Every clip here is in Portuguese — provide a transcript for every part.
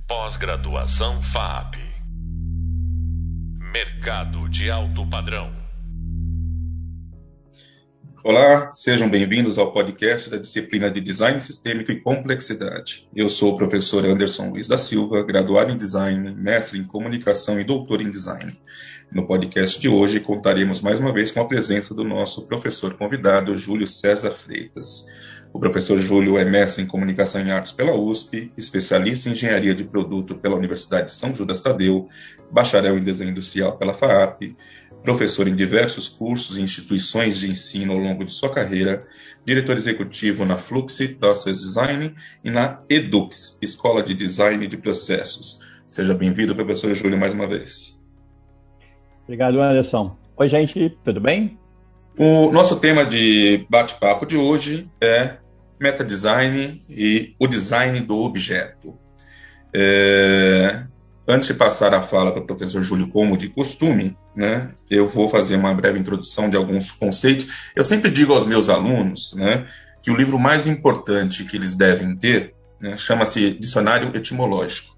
Pós-graduação FAP. Mercado de alto padrão. Olá, sejam bem-vindos ao podcast da disciplina de Design Sistêmico e Complexidade. Eu sou o professor Anderson Luiz da Silva, graduado em Design, mestre em Comunicação e doutor em Design. No podcast de hoje, contaremos mais uma vez com a presença do nosso professor convidado, Júlio César Freitas. O professor Júlio é mestre em Comunicação e Artes pela USP, especialista em Engenharia de Produto pela Universidade de São Judas Tadeu, bacharel em Desenho Industrial pela FAAP, professor em diversos cursos e instituições de ensino ao longo de sua carreira, diretor executivo na Fluxy Process Design e na Edux, Escola de Design de Processos. Seja bem-vindo, professor Júlio, mais uma vez. Obrigado, Anderson. Oi, gente, tudo bem? O nosso tema de bate-papo de hoje é metadesign e o design do objeto. Antes de passar a fala para o professor Júlio, como de costume, né, eu vou fazer uma breve introdução de alguns conceitos. Eu sempre digo aos meus alunos, né, que o livro mais importante que eles devem ter, né, chama-se Dicionário Etimológico.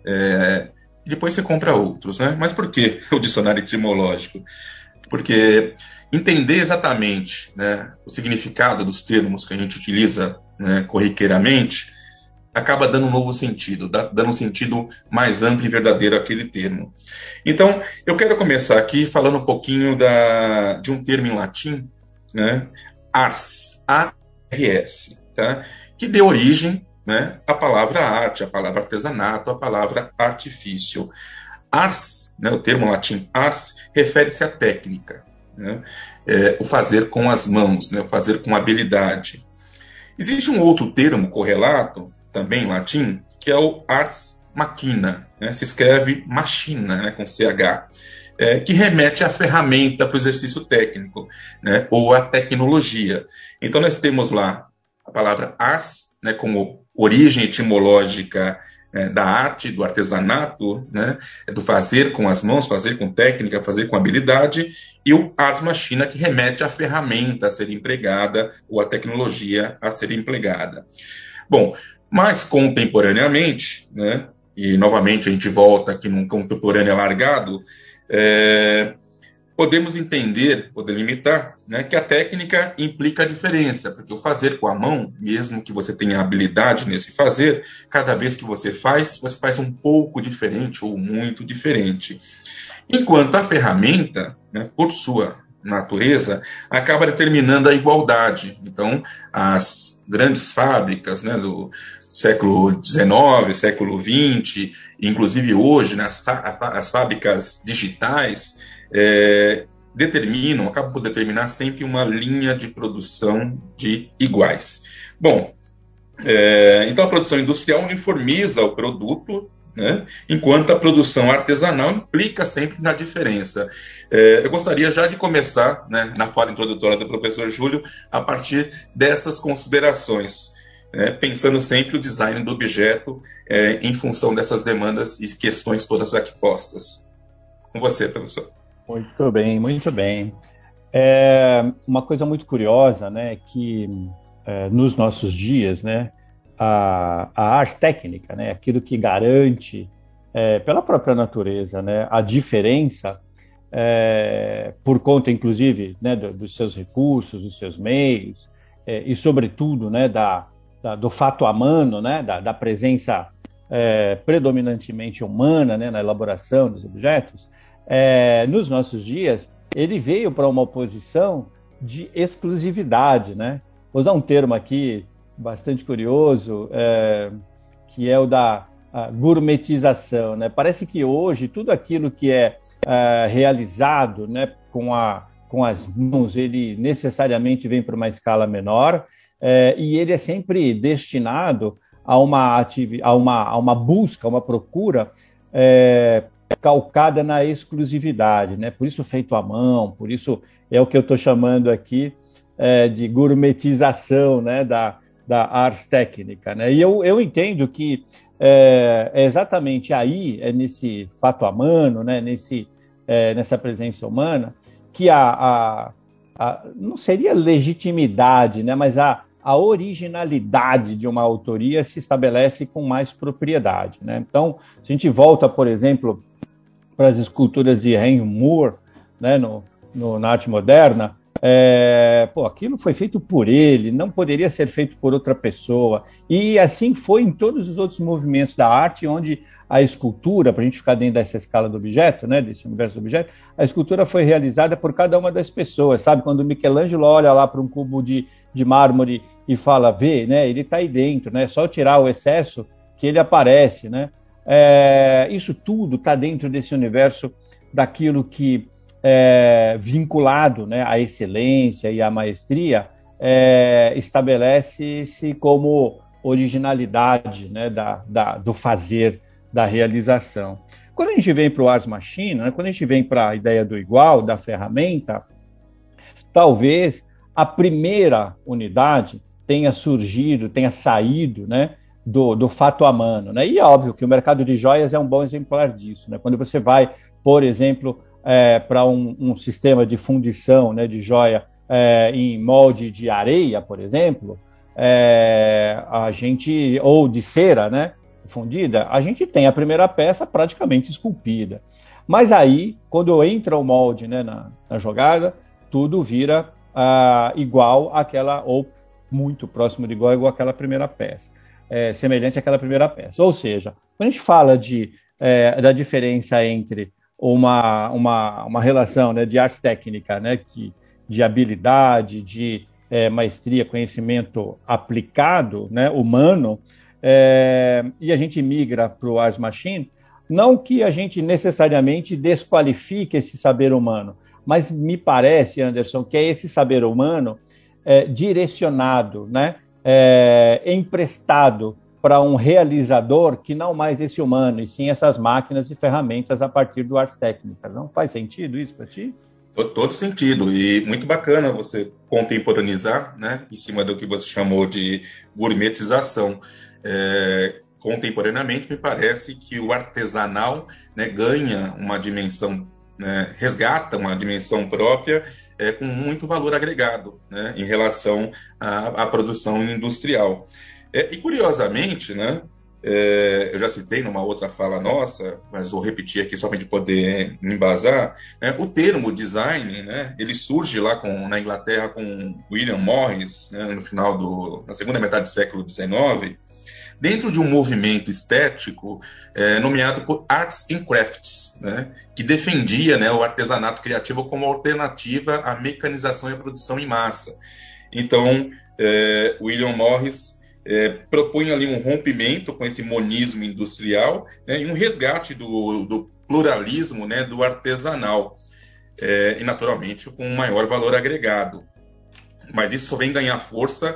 E depois você compra outros, né? Mas por que o dicionário etimológico? Porque entender exatamente, né, o significado dos termos que a gente utiliza, né, corriqueiramente acaba dando um novo sentido, dando um sentido mais amplo e verdadeiro àquele termo. Então, eu quero começar aqui falando um pouquinho de um termo em latim, né, ars, A-R-S, tá? Que deu origem, né, à palavra arte, à palavra artesanato, à palavra artifício. Ars, né, o termo latim ars, refere-se à técnica, né, o fazer com as mãos, né, o fazer com habilidade. Existe um outro termo correlato, também em latim, que é o ars machina, né, se escreve machina, né, com CH, que remete à ferramenta para o exercício técnico, né, ou à tecnologia. Então nós temos lá a palavra ars, né, como origem etimológica da arte, do artesanato, né, do fazer com as mãos, fazer com técnica, fazer com habilidade, e o ars machina, que remete à ferramenta a ser empregada ou à tecnologia a ser empregada. Bom, mais contemporaneamente, né, e novamente a gente volta aqui num contemporâneo alargado, podemos entender, ou delimitar, né, que a técnica implica a diferença, porque o fazer com a mão, mesmo que você tenha habilidade nesse fazer, cada vez que você faz um pouco diferente ou muito diferente. Enquanto a ferramenta, né, por sua natureza, acaba determinando a igualdade. Então, as grandes fábricas, né, do século XIX, século XX, inclusive hoje, né, as fábricas digitais, acabam por determinar sempre uma linha de produção de iguais. Bom, então a produção industrial uniformiza o produto, né, enquanto a produção artesanal implica sempre na diferença. Eu gostaria já de começar, né, na fala introdutória do professor Júlio, a partir dessas considerações, pensando sempre o design do objeto em função dessas demandas e questões todas aqui postas. Com você, professor. Muito bem, muito bem. Uma coisa muito curiosa, né, que nos nossos dias, né, a arte técnica, né, aquilo que garante, pela própria natureza, né, a diferença, por conta, inclusive, né, dos seus recursos, dos seus meios, e, sobretudo, né, do fato humano, né, da presença predominantemente humana, né, na elaboração dos objetos, nos nossos dias, ele veio para uma posição de exclusividade, né? Vou usar um termo aqui bastante curioso, que é o da gourmetização, né? Parece que hoje tudo aquilo que é realizado, né, com as mãos, ele necessariamente vem para uma escala menor, e ele é sempre destinado a uma busca, a uma procura calcada na exclusividade, né? Por isso feito à mão, por isso é o que eu estou chamando aqui de gourmetização, né, da ars técnica, né? E eu entendo que é exatamente aí, nesse fato humano, né, nessa presença humana, que não seria legitimidade, né, mas a originalidade de uma autoria se estabelece com mais propriedade, né? Então, se a gente volta, por exemplo, para as esculturas de Henry Moore, né, na arte moderna, aquilo foi feito por ele, não poderia ser feito por outra pessoa. E assim foi em todos os outros movimentos da arte, onde a escultura, para a gente ficar dentro dessa escala do objeto, né, desse universo do objeto, a escultura foi realizada por cada uma das pessoas, sabe? Quando o Michelangelo olha lá para um cubo de mármore e fala, vê, né, ele está aí dentro, né, só tirar o excesso que ele aparece, né? Isso tudo está dentro desse universo daquilo que vinculado, né, à excelência e à maestria, estabelece-se como originalidade, né, do fazer, da realização. Quando a gente vem para o Ars Machina, né, quando a gente vem para a ideia do igual, da ferramenta, talvez a primeira unidade tenha surgido, tenha saído, né, do fato a mano, né? E é óbvio que o mercado de joias é um bom exemplar disso, né? Quando você vai, por exemplo, para um sistema de fundição, né, de joia em molde de areia, por exemplo, a gente, ou de cera, né, fundida, a gente tem a primeira peça praticamente esculpida. Mas aí, quando entra o molde, né, na jogada, tudo vira igual àquela, ou muito próximo de igual àquela primeira peça, semelhante àquela primeira peça. Ou seja, quando a gente fala da diferença entre uma relação, né, de arte técnica, né, de habilidade, de maestria, conhecimento aplicado, né, humano, e a gente migra para o Ars Machine, não que a gente necessariamente desqualifique esse saber humano, mas me parece, Anderson, que é esse saber humano direcionado, né, emprestado para um realizador que não mais esse humano, e sim essas máquinas e ferramentas a partir do Ars Technica. Não faz sentido isso para ti? Todo sentido, e muito bacana você contemporaneizar, né, em cima do que você chamou de gourmetização. Contemporaneamente, me parece que o artesanal, né, ganha uma dimensão, né, resgata uma dimensão própria com muito valor agregado, né, em relação à produção industrial. E curiosamente, né, eu já citei numa outra fala nossa, mas vou repetir aqui só para a gente poder embasar, né, o termo design, né, ele surge lá na Inglaterra com William Morris, né, no final na segunda metade do século XIX, dentro de um movimento estético nomeado por Arts and Crafts, né, que defendia, né, o artesanato criativo como alternativa à mecanização e à produção em massa. Então, William Morris propunha ali um rompimento com esse monismo industrial, né, e um resgate do pluralismo, né, do artesanal, e naturalmente com um maior valor agregado. Mas isso só vem ganhar força,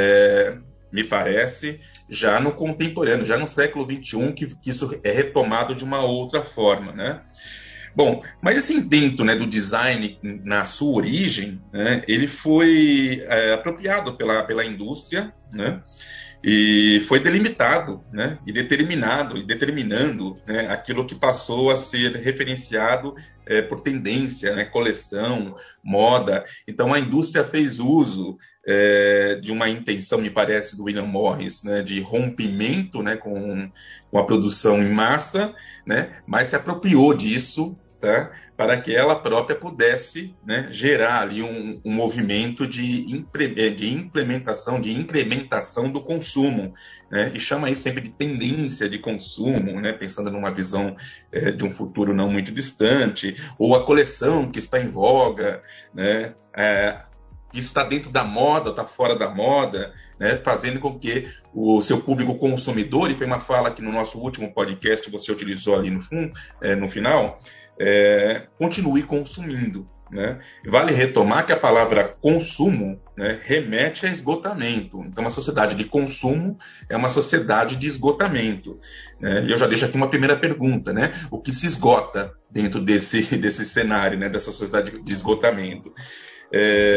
me parece, já no contemporâneo, já no século XXI, que isso é retomado de uma outra forma, né? Bom, mas assim, dentro, né, do design, na sua origem, né, ele foi apropriado pela indústria, né, e foi delimitado, né, e determinando, né, aquilo que passou a ser referenciado por tendência, né, coleção, moda. Então a indústria fez uso de uma intenção, me parece, do William Morris, né, de rompimento, né, com a produção em massa, né, mas se apropriou disso, tá, para que ela própria pudesse, né, gerar ali um movimento de implementação, de incrementação do consumo, né, e chama isso sempre de tendência de consumo, né, pensando numa visão de um futuro não muito distante, ou a coleção que está em voga, né, isso está dentro da moda, está fora da moda, né, fazendo com que o seu público consumidor, e foi uma fala que no nosso último podcast você utilizou ali no final, continue consumindo, né? Vale retomar que a palavra consumo, né, remete a esgotamento. Então, uma sociedade de consumo é uma sociedade de esgotamento, né? E eu já deixo aqui uma primeira pergunta, né? O que se esgota dentro desse cenário, né, dessa sociedade de esgotamento?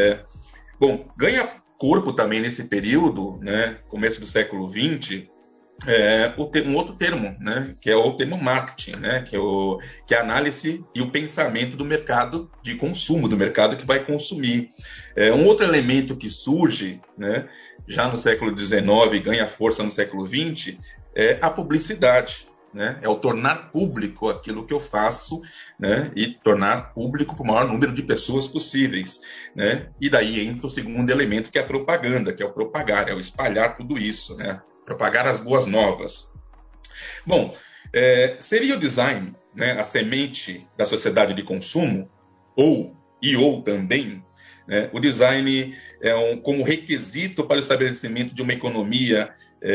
Bom, ganha corpo também nesse período, né, começo do século XX, um outro termo, né, que é o termo marketing, né, que é a análise e o pensamento do mercado de consumo, do mercado que vai consumir. Um outro elemento que surge, né, já no século XIX e ganha força no século XX, é a publicidade. Né, é o tornar público aquilo que eu faço, né, e tornar público para o maior número de pessoas possíveis. Né, e daí entra o segundo elemento, que é a propaganda, que é o propagar, é o espalhar tudo isso, né, propagar as boas novas. Bom, seria o design, né, a semente da sociedade de consumo, ou também, né, o design como requisito para o estabelecimento de uma economia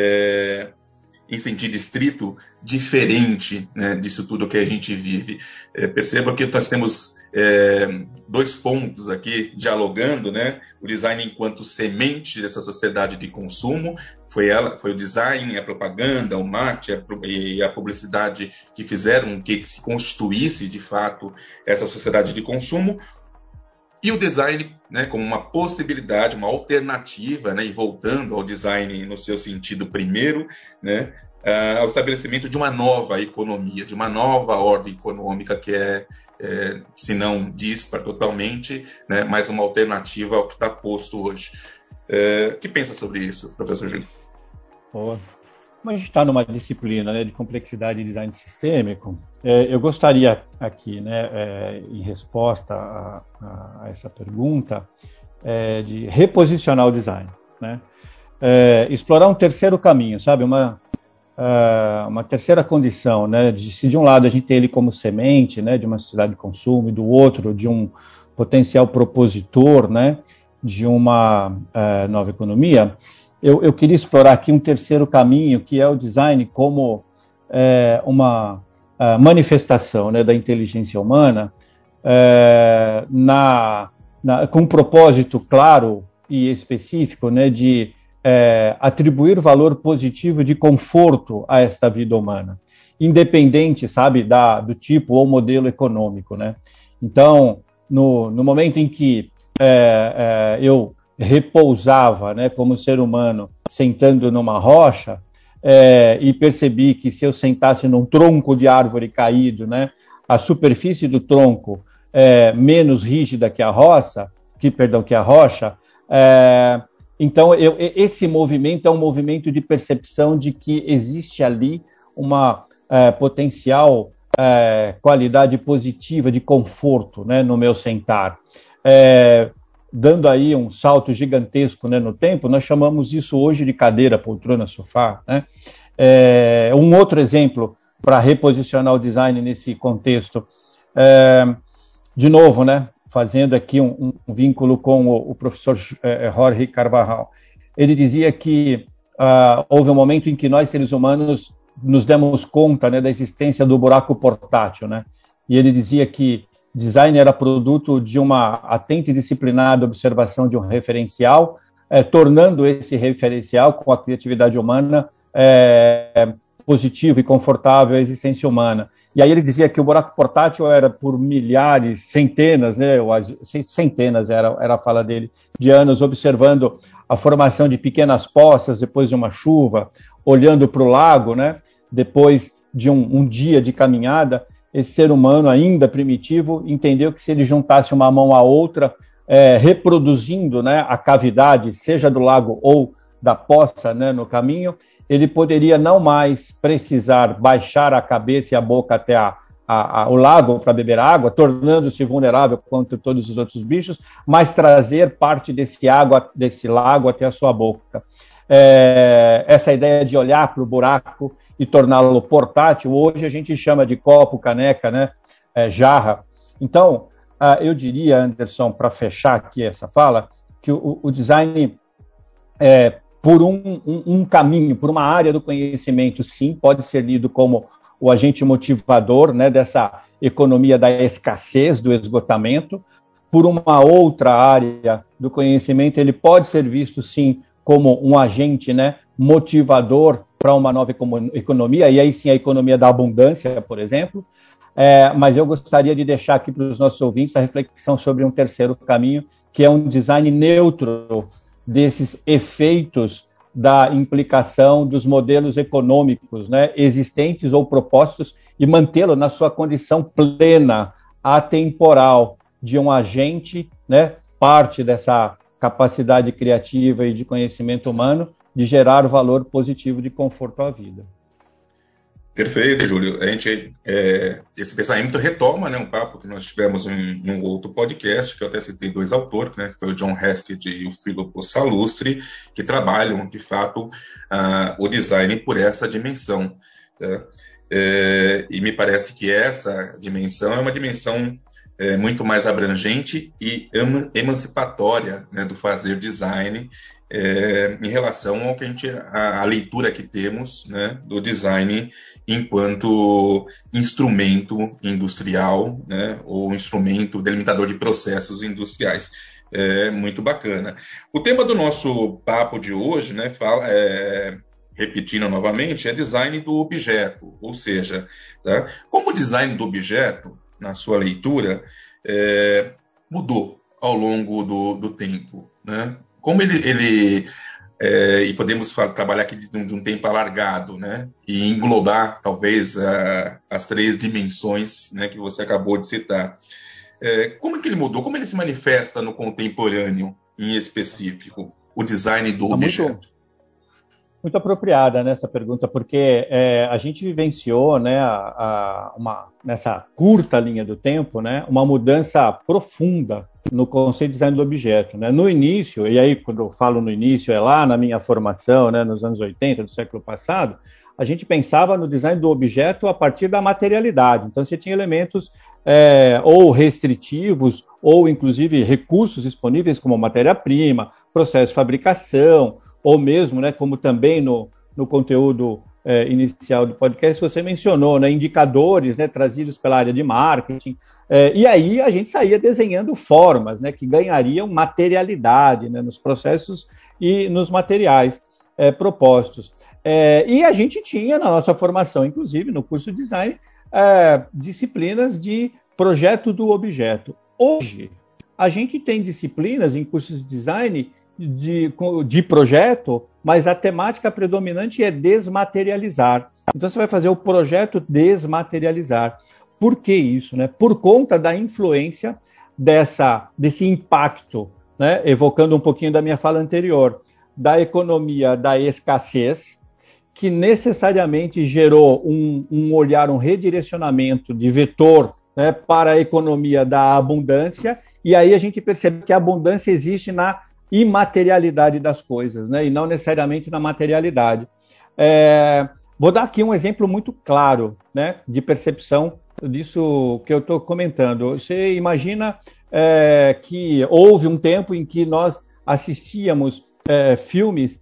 em sentido estrito, diferente, né, disso tudo que a gente vive. Perceba que nós temos dois pontos aqui dialogando, né? O design enquanto semente dessa sociedade de consumo, foi o design, a propaganda, o marketing e a publicidade que fizeram que se constituísse, de fato, essa sociedade de consumo. E o design, né, como uma possibilidade, uma alternativa, né, e voltando ao design no seu sentido primeiro, né, ao estabelecimento de uma nova economia, de uma nova ordem econômica que se não dispar totalmente, né, mas uma alternativa ao que está posto hoje. O que pensa sobre isso, professor Júlio? Boa. Como a gente está numa disciplina, né, de complexidade e design sistêmico, eu gostaria aqui, né, em resposta a essa pergunta, de reposicionar o design, né? Explorar um terceiro caminho, sabe? Uma terceira condição, né? Se de um lado a gente tem ele como semente, né, de uma sociedade de consumo, e do outro de um potencial propositor, né, de uma nova economia. Eu queria explorar aqui um terceiro caminho, que é o design como uma manifestação, né, da inteligência humana, com um propósito claro e específico, né, de atribuir valor positivo de conforto a esta vida humana, independente, sabe, do tipo ou modelo econômico, né? Então, no momento em que eu repousava, né, como ser humano, sentando numa rocha, e percebi que se eu sentasse num tronco de árvore caído, né, a superfície do tronco é menos rígida que a rocha, então esse movimento é um movimento de percepção de que existe ali uma potencial qualidade positiva de conforto, né, no meu sentar. Dando aí um salto gigantesco, né, no tempo, nós chamamos isso hoje de cadeira, poltrona, sofá, né? Um outro exemplo para reposicionar o design nesse contexto, de novo, né, fazendo aqui um vínculo com o professor Jorge Carvajal. Ele dizia que houve um momento em que nós, seres humanos, nos demos conta, né, da existência do buraco portátil, né? E ele dizia que design era produto de uma atenta e disciplinada observação de um referencial, tornando esse referencial, com a criatividade humana, positivo e confortável à existência humana. E aí ele dizia que o buraco portátil era por milhares, centenas, né, centenas era a fala dele, de anos, observando a formação de pequenas poças depois de uma chuva, olhando para o lago, né, depois de um dia de caminhada. Esse ser humano, ainda primitivo, entendeu que se ele juntasse uma mão à outra, reproduzindo, né, a cavidade, seja do lago ou da poça, né, no caminho, ele poderia não mais precisar baixar a cabeça e a boca até o lago para beber água, tornando-se vulnerável contra todos os outros bichos, mas trazer parte desse lago até a sua boca. Essa ideia de olhar para o buraco e torná-lo portátil, hoje a gente chama de copo, caneca, né, jarra. Então, eu diria, Anderson, para fechar aqui essa fala, que o design, por um caminho, por uma área do conhecimento, sim, pode ser lido como o agente motivador, né, dessa economia da escassez, do esgotamento. Por uma outra área do conhecimento, ele pode ser visto, sim, como um agente, né, motivador para uma nova economia, e aí sim a economia da abundância, por exemplo. Mas eu gostaria de deixar aqui para os nossos ouvintes a reflexão sobre um terceiro caminho, que é um design neutro desses efeitos da implicação dos modelos econômicos, né, existentes ou propostos e mantê-lo na sua condição plena, atemporal, de um agente, né, parte dessa capacidade criativa e de conhecimento humano de gerar valor positivo de conforto à vida. Perfeito, Júlio. Esse pensamento retoma, né, um papo que nós tivemos em um outro podcast, que eu até citei 2 autores, né, que foi o John Heskett e o Filippo Salustri, que trabalham, de fato, o design por essa dimensão. Tá? E me parece que essa dimensão é uma dimensão muito mais abrangente e emancipatória, né, do fazer design, em relação ao que a leitura que temos, né, do design enquanto instrumento industrial, né, ou instrumento delimitador de processos industriais. Muito bacana. O tema do nosso papo de hoje, né, repetindo novamente, é design do objeto, ou seja, tá, como o design do objeto, na sua leitura, mudou ao longo do tempo, né? Como e podemos trabalhar aqui de um tempo alargado, né? E englobar, talvez, as 3 dimensões, né, que você acabou de citar. Como é que ele mudou? Como ele se manifesta no contemporâneo, em específico, o design do objeto? Muito apropriada nessa pergunta, porque a gente vivenciou, né, nessa curta linha do tempo, né, uma mudança profunda no conceito de design do objeto, né? No início, e aí quando eu falo no início, é lá na minha formação, né, nos anos 80 do século passado, a gente pensava no design do objeto a partir da materialidade. Então você tinha elementos ou restritivos, ou inclusive recursos disponíveis como matéria-prima, processo de fabricação, ou mesmo, né, como também no conteúdo inicial do podcast você mencionou, né, indicadores, né, trazidos pela área de marketing, e aí a gente saía desenhando formas, né, que ganhariam materialidade, né, nos processos e nos materiais propostos. E a gente tinha na nossa formação, inclusive no curso de design, disciplinas de projeto do objeto. Hoje, a gente tem disciplinas em cursos de design de projeto, mas a temática predominante é desmaterializar. Então você vai fazer o projeto desmaterializar. Por que isso, né? Por conta da influência desse impacto, né? Evocando um pouquinho da minha fala anterior, da economia da escassez, que necessariamente gerou um olhar, um redirecionamento de vetor, né, para a economia da abundância, e aí a gente percebe que a abundância existe na imaterialidade das coisas, né, e não necessariamente na materialidade. Vou dar aqui um exemplo muito claro, né, de percepção disso que eu estou comentando. Você imagina que houve um tempo em que nós assistíamos filmes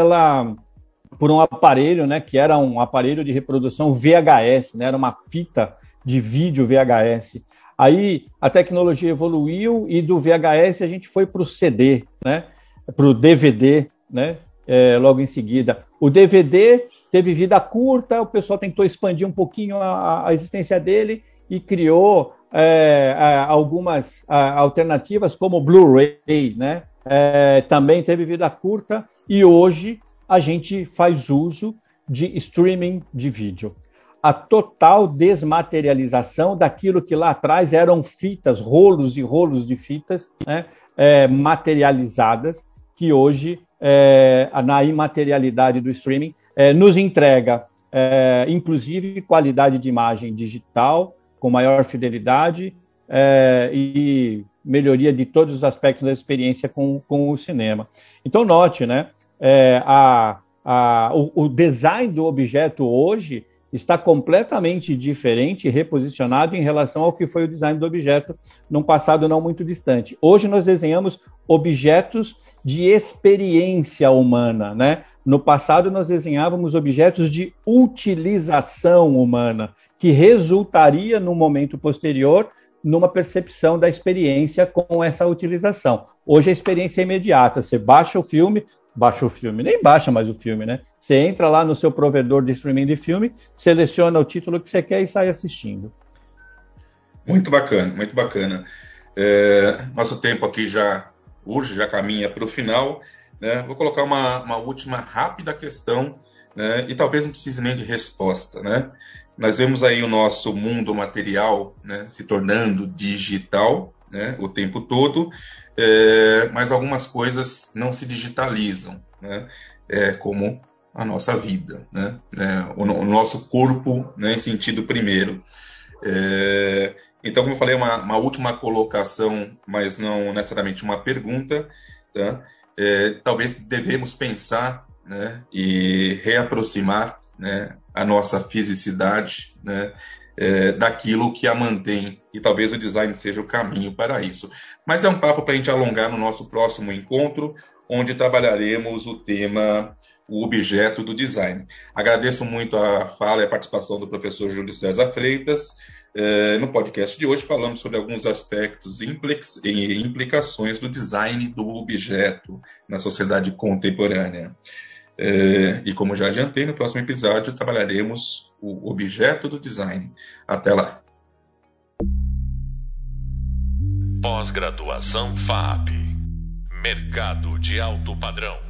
por um aparelho, né, que era um aparelho de reprodução VHS, né, era uma fita de vídeo VHS. Aí a tecnologia evoluiu e do VHS a gente foi para o CD, né, para o DVD, né, logo em seguida. O DVD teve vida curta, o pessoal tentou expandir um pouquinho a existência dele e criou algumas alternativas, como o Blu-ray, né, também teve vida curta, e hoje a gente faz uso de streaming de vídeo. A total desmaterialização daquilo que lá atrás eram fitas, rolos e rolos de fitas, né, materializadas, que hoje, na imaterialidade do streaming, nos entrega, inclusive, qualidade de imagem digital, com maior fidelidade e melhoria de todos os aspectos da experiência com o cinema. Então, note, né, o design do objeto hoje está completamente diferente e reposicionado em relação ao que foi o design do objeto num passado não muito distante. Hoje nós desenhamos objetos de experiência humana, né? No passado nós desenhávamos objetos de utilização humana, que resultaria no momento posterior numa percepção da experiência com essa utilização. Hoje a experiência é imediata, você baixa o filme, nem baixa mais o filme, né? Você entra lá no seu provedor de streaming de filme, seleciona o título que você quer e sai assistindo. Muito bacana, muito bacana. Nosso tempo aqui já caminha para o final. né, vou colocar uma última rápida questão, né, e talvez não precise nem de resposta, né? Nós vemos aí o nosso mundo material, né, se tornando digital, né, o tempo todo, mas algumas coisas não se digitalizam, né, como a nossa vida, né, o nosso corpo, né, em sentido primeiro. Então, como eu falei, uma última colocação, mas não necessariamente uma pergunta, tá? Talvez devemos pensar, né, e reaproximar, né, a nossa fisicidade, né, daquilo que a mantém, e talvez o design seja o caminho para isso. Mas é um papo para a gente alongar no nosso próximo encontro, onde trabalharemos o tema, o objeto do design. Agradeço muito a fala e a participação do professor Júlio César Freitas. No podcast de hoje falamos sobre alguns aspectos e implicações do design do objeto na sociedade contemporânea. E como já adiantei, no próximo episódio trabalharemos o objeto do design. Até lá. Pós-graduação FAP. Mercado de alto padrão.